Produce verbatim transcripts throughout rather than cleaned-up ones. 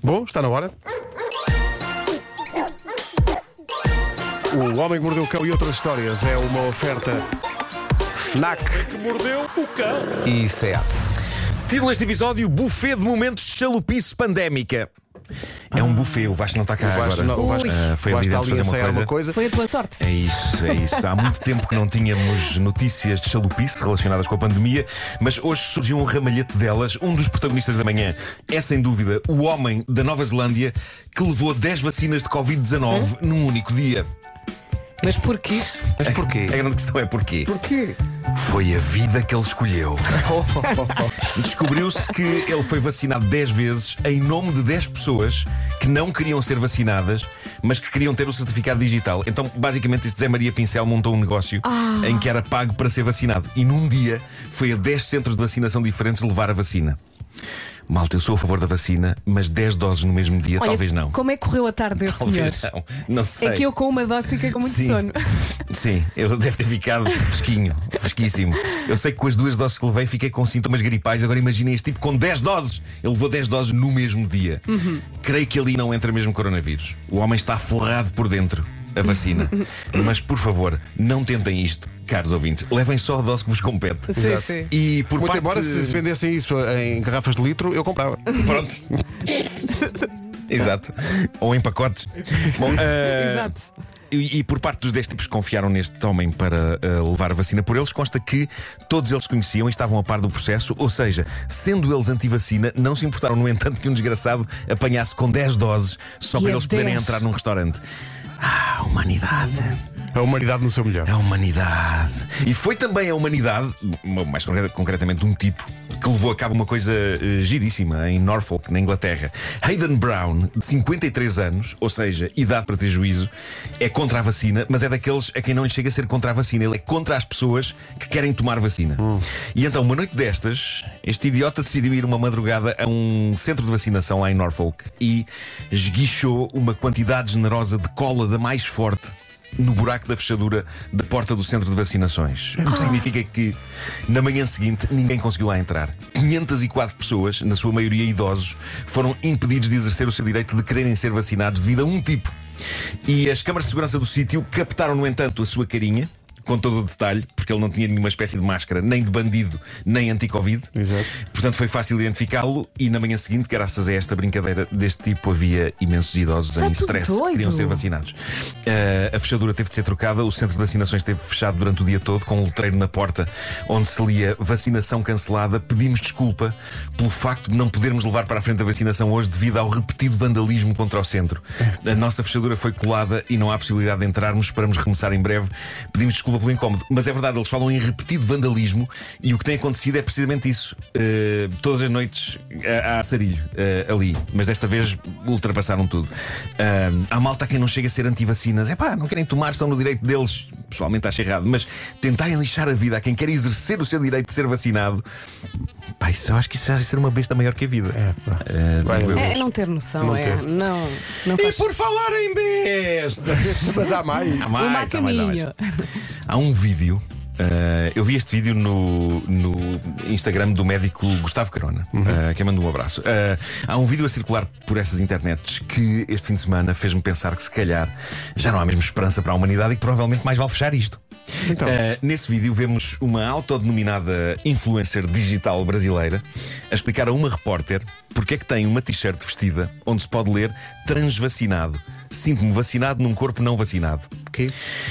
Bom, está na hora. O Homem que Mordeu o Cão e outras histórias é uma oferta FNAC Que mordeu o cão. e SEAT. Título deste episódio: Buffet de momentos de chalupice pandémica. É um buffet, o Vasco não está cá O Vasco agora. não- o Vasco- Ah, foi o ali Vasco dentro está ali a fazer uma ensaiar coisa. uma coisa. Foi a tua sorte. É isso, é isso. Há muito tempo que não tínhamos notícias de chalupice relacionadas com a pandemia, mas hoje surgiu um ramalhete delas. Um dos protagonistas da manhã é, sem dúvida, o homem da Nova Zelândia que levou dez vacinas de covid dezanove num único dia. Mas porquê? Mas porquê? A grande questão é porquê. Porquê? Foi a vida que ele escolheu. Descobriu-se que ele foi vacinado dez vezes em nome de dez pessoas que não queriam ser vacinadas, mas que queriam ter o certificado digital. Então, basicamente, este Zé Maria Pincel montou um negócio Ah. em que era pago para ser vacinado. E num dia foi a dez centros de vacinação diferentes levar a vacina. Malta, eu sou a favor da vacina, mas dez doses no mesmo dia, Olha, talvez não. Como é que correu a tarde desse Talvez senhor? não. Não sei. É que eu com uma dose fiquei com muito Sim. sono. Sim, ele deve ter ficado fresquinho, fresquíssimo. Eu sei que com as duas doses que levei fiquei com sintomas gripais. Agora imaginem este tipo com dez doses. Ele levou dez doses no mesmo dia. Uhum. Creio que ali não entra mesmo coronavírus. O homem está forrado por dentro, a vacina. Mas por favor, não tentem isto, caros ouvintes. Levem só a dose que vos compete. Sim, sim. E por Muito parte... embora se se vendessem isso em garrafas de litro, eu comprava. Pronto. Exato. Ou em pacotes. Bom, eh, Exato. E, e por parte dos dez tipos que confiaram neste homem para uh, levar a vacina por eles, consta que todos eles conheciam e estavam a par do processo, ou seja, sendo eles anti-vacina, não se importaram, no entanto, que um desgraçado apanhasse com dez doses só E para é eles poderem dez. entrar num restaurante. Ah, a humanidade. A humanidade no seu melhor. A humanidade. E foi também a humanidade, mais concre- concretamente um tipo, que levou a cabo uma coisa eh, giríssima em Norfolk, na Inglaterra. Hayden Brown, de cinquenta e três anos, ou seja, idade para ter juízo, é contra a vacina, mas é daqueles a quem não lhe chega a ser contra a vacina. Ele é contra as pessoas que querem tomar vacina. Hum. E então, uma noite destas, este idiota decidiu ir uma madrugada a um centro de vacinação lá em Norfolk e esguichou uma quantidade generosa de cola da mais forte no buraco da fechadura da porta do centro de vacinações. O que significa que na manhã seguinte ninguém conseguiu lá entrar. quinhentas e quatro pessoas, na sua maioria idosos, foram impedidos de exercer o seu direito de quererem ser vacinados devido a um tipo. E as câmaras de segurança do sítio captaram, no entanto, a sua carinha, com todo o detalhe, porque ele não tinha nenhuma espécie de máscara, nem de bandido, nem anti-Covid. Exato. Portanto, foi fácil identificá-lo. E na manhã seguinte, graças a esta brincadeira deste tipo, havia imensos idosos Está em tudo stress que doido. queriam ser vacinados. Uh, a fechadura teve de ser trocada. O centro de vacinações esteve fechado durante o dia todo, com um letreiro na porta onde se lia vacinação cancelada. Pedimos desculpa pelo facto de não podermos levar para a frente a vacinação hoje devido ao repetido vandalismo contra o centro. A nossa fechadura foi colada e não há possibilidade de entrarmos. Esperamos recomeçar em breve. Pedimos desculpa pelo incómodo. Mas é verdade, eles falam em repetido vandalismo e o que tem acontecido é precisamente isso. Uh, todas as noites há, há sarilho uh, ali, mas desta vez ultrapassaram tudo. Uh, há malta a quem não chega a ser anti-vacinas. É pá, não querem tomar, estão no direito deles. Pessoalmente acho errado, mas tentarem lixar a vida a quem quer exercer o seu direito de ser vacinado. Pá, isso, eu acho que isso já vai ser uma besta maior que a vida. É, pá. Uh, Vai, digo eu. É não ter noção, Não é. ter. Não, não E faz. por falar em bestas, Mas há mais. há O mais, há mais, há mais. macaminho. Há um vídeo. Uh, eu vi este vídeo no, no Instagram do médico Gustavo Carona, uh, que mandou um abraço. Uh, há um vídeo a circular por essas internets que este fim de semana fez-me pensar que se calhar já não há mesmo esperança para a humanidade e que provavelmente mais vale fechar isto. Então. Uh, nesse vídeo vemos uma autodenominada influencer digital brasileira a explicar a uma repórter porque é que tem uma t-shirt vestida onde se pode ler transvacinado. Sinto-me vacinado num corpo não vacinado. Que?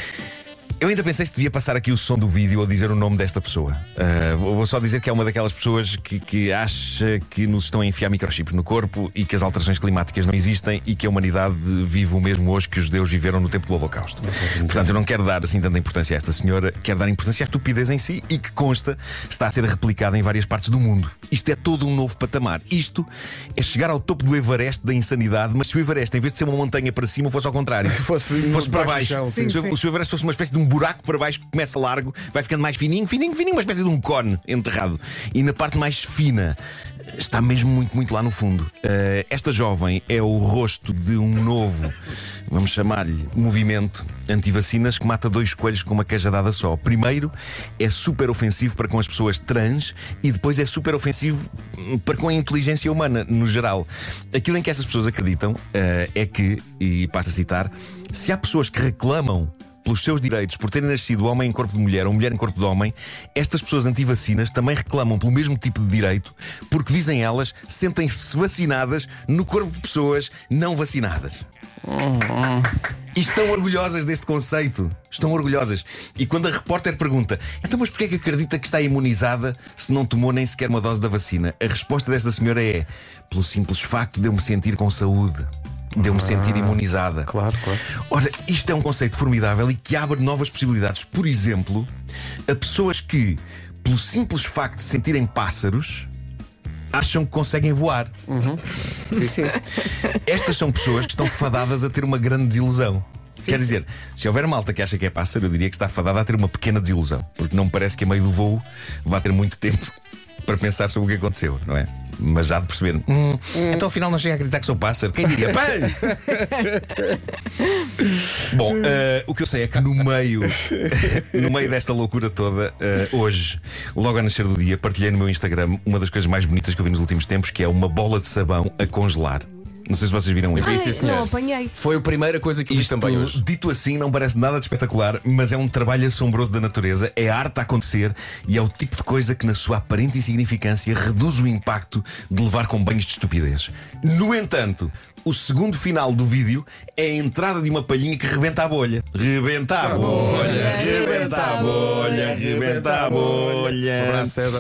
Eu ainda pensei se devia passar aqui o som do vídeo ou dizer o nome desta pessoa. Uh, vou vou só dizer que é uma daquelas pessoas que, que acha que nos estão a enfiar microchips no corpo e que as alterações climáticas não existem e que a humanidade vive o mesmo hoje que os judeus viveram no tempo do Holocausto. Portanto, eu não quero dar assim tanta importância a esta senhora, quero dar importância à estupidez em si e que consta está a ser replicada em várias partes do mundo. Isto é todo um novo patamar. Isto é chegar ao topo do Everest da insanidade, mas se o Everest, em vez de ser uma montanha para cima, fosse ao contrário. Fosse fosse para baixo baixo. chão, Se sim. o- se o Everest fosse uma espécie de um buraco para baixo que começa largo, vai ficando mais fininho, fininho, fininho, uma espécie de um cone enterrado. E na parte mais fina está mesmo muito, muito lá no fundo. Uh, esta jovem é o rosto de um novo, vamos chamar-lhe movimento anti-vacinas que mata dois coelhos com uma cajadada só. Primeiro, é super ofensivo para com as pessoas trans e depois é super ofensivo para com a inteligência humana, no geral. Aquilo em que essas pessoas acreditam uh, é que, e passo a citar, se há pessoas que reclamam pelos seus direitos por terem nascido homem em corpo de mulher ou mulher em corpo de homem, estas pessoas anti-vacinas também reclamam pelo mesmo tipo de direito, porque, dizem elas, sentem-se vacinadas no corpo de pessoas não vacinadas. E estão orgulhosas deste conceito. Estão orgulhosas. E quando a repórter pergunta: então, mas porquê é que acredita que está imunizada se não tomou nem sequer uma dose da vacina? A resposta desta senhora é: pelo simples facto de eu me sentir com saúde, de eu me sentir imunizada. Claro, claro. Ora, isto é um conceito formidável e que abre novas possibilidades. Por exemplo, a pessoas que, pelo simples facto de sentirem pássaros, acham que conseguem voar. Uhum. Sim, sim. Estas são pessoas que estão fadadas a ter uma grande desilusão. Sim, Quer dizer, se houver malta que acha que é pássaro, eu diria que está fadada a ter uma pequena desilusão, porque não me parece que a meio do voo vá ter muito tempo para pensar sobre o que aconteceu, não é? Mas já de perceber, hum, hum. então afinal não chega a acreditar que sou pássaro. Quem diria? Bom, uh, o que eu sei é que no meio No meio desta loucura toda, uh, hoje, logo ao nascer do dia, partilhei no meu Instagram uma das coisas mais bonitas que eu vi nos últimos tempos, que é uma bola de sabão a congelar. Não sei se vocês viram isso. Ai, sim, senhor. não apanhei. Foi a primeira coisa que eu vi Isto, também hoje. dito assim, não parece nada de espetacular, mas é um trabalho assombroso da natureza, é arte a acontecer e é o tipo de coisa que, na sua aparente insignificância, reduz o impacto de levar com banhos de estupidez. No entanto, o segundo final do vídeo é a entrada de uma palhinha que rebenta a bolha. Rebenta a bolha, rebenta a bolha, rebenta a bolha. Um abraço, César.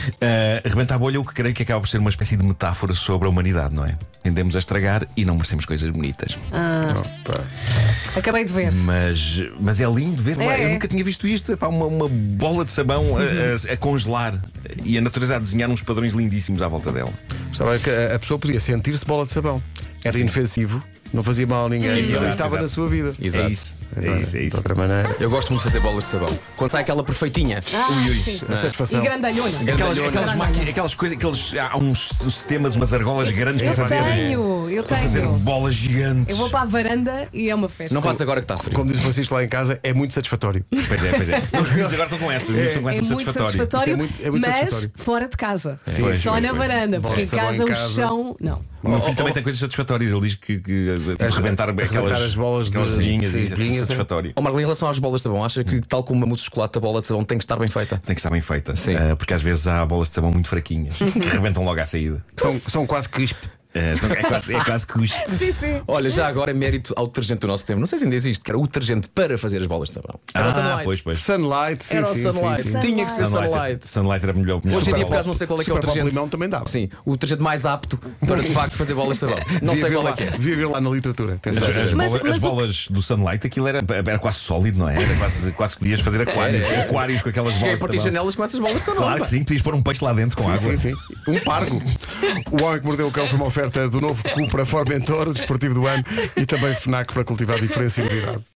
Uh, rebenta a bolha, o que creio que acaba por ser uma espécie de metáfora sobre a humanidade, não é? Tendemos a estragar e não merecemos coisas bonitas. Ah, acabei de ver. Mas, mas é lindo ver, É, eu é. nunca tinha visto isto. Epá, uma, uma bola de sabão a, a- a congelar e a natureza a desenhar uns padrões lindíssimos à volta dela. Estava que a a pessoa podia sentir-se bola de sabão. Era inofensivo, não fazia mal a ninguém. Exato, e estava exato. na sua vida. É isso, é isso, é De isso. outra maneira, Eu gosto muito de fazer bolas de sabão. Quando sai aquela perfeitinha. Ah, ui, ui. sim. a E satisfação. grandalhona. Aquelas, aquelas, maqui- aquelas coisas, aqueles, há uns sistemas, umas argolas grandes Eu para fazer, tenho, eu para fazer tenho. bolas gigantes. Eu vou para a varanda e é uma festa. Não faço agora que está frio. Como diz o Francisco lá em casa, é muito satisfatório. Pois é, pois é. Não, os miúdos agora estão com essas, os miúdos estão com É essa muito satisfatório. satisfatório, Isto é muito- é muito mas satisfatório. fora de casa. Pois, Só pois, na pois. varanda, porque em Bola de sabão casa em o casa. chão. Não. O meu filho também tem coisas satisfatórias. Ele diz que, que tipo, As- rebentar as- aquelas, rebentar as bolas de- aquelas linhas sim, e isso é linhas, é. satisfatório. Ó Marco, em relação às bolas de sabão, acha que, tal como uma mousse de chocolate, a bola de sabão tem que estar bem feita? Tem que estar bem feita, Sim. eh, porque às vezes há bolas de sabão muito fraquinhas que rebentam logo à saída. São, são quase crisp. Eh, são- é quase, é quase cuspe. Sim, sim. Olha, já agora é mérito ao detergente do nosso tempo. Não sei se ainda existe, que era o detergente para fazer as bolas de sabão. Era o Ah, Sunlight. pois, pois. Sunlight, sim, Era o sim, Sunlight. sim, sim. Tinha que ser Sunlight. Sunlight era melhor. melhor Hoje em dia, para por acaso, não sei qual é que é o Super Pop detergente. Limão também dava. Sim, o detergente mais apto para de facto fazer bolas de sabão. Não Devia sei vir qual lá, é que é. devia vir lá na literatura. As, Atenção. as Mas- bolas, mas as o- bolas do Sunlight, aquilo era, era quase sólido, não é? Era quase, quase que podias fazer aquários, Era, era. aquários com aquelas Cheguei a bolas. de partir sabão. janelas com essas bolas de sabão. Claro pá. que sim, podias pôr um peixe lá dentro com água. Sim, sim. Um pargo. O Homem que Mordeu o Cão foi uma oferta do novo Cupra Formentor, o desportivo do ano, e também FNAC para cultivar diferença e novidade.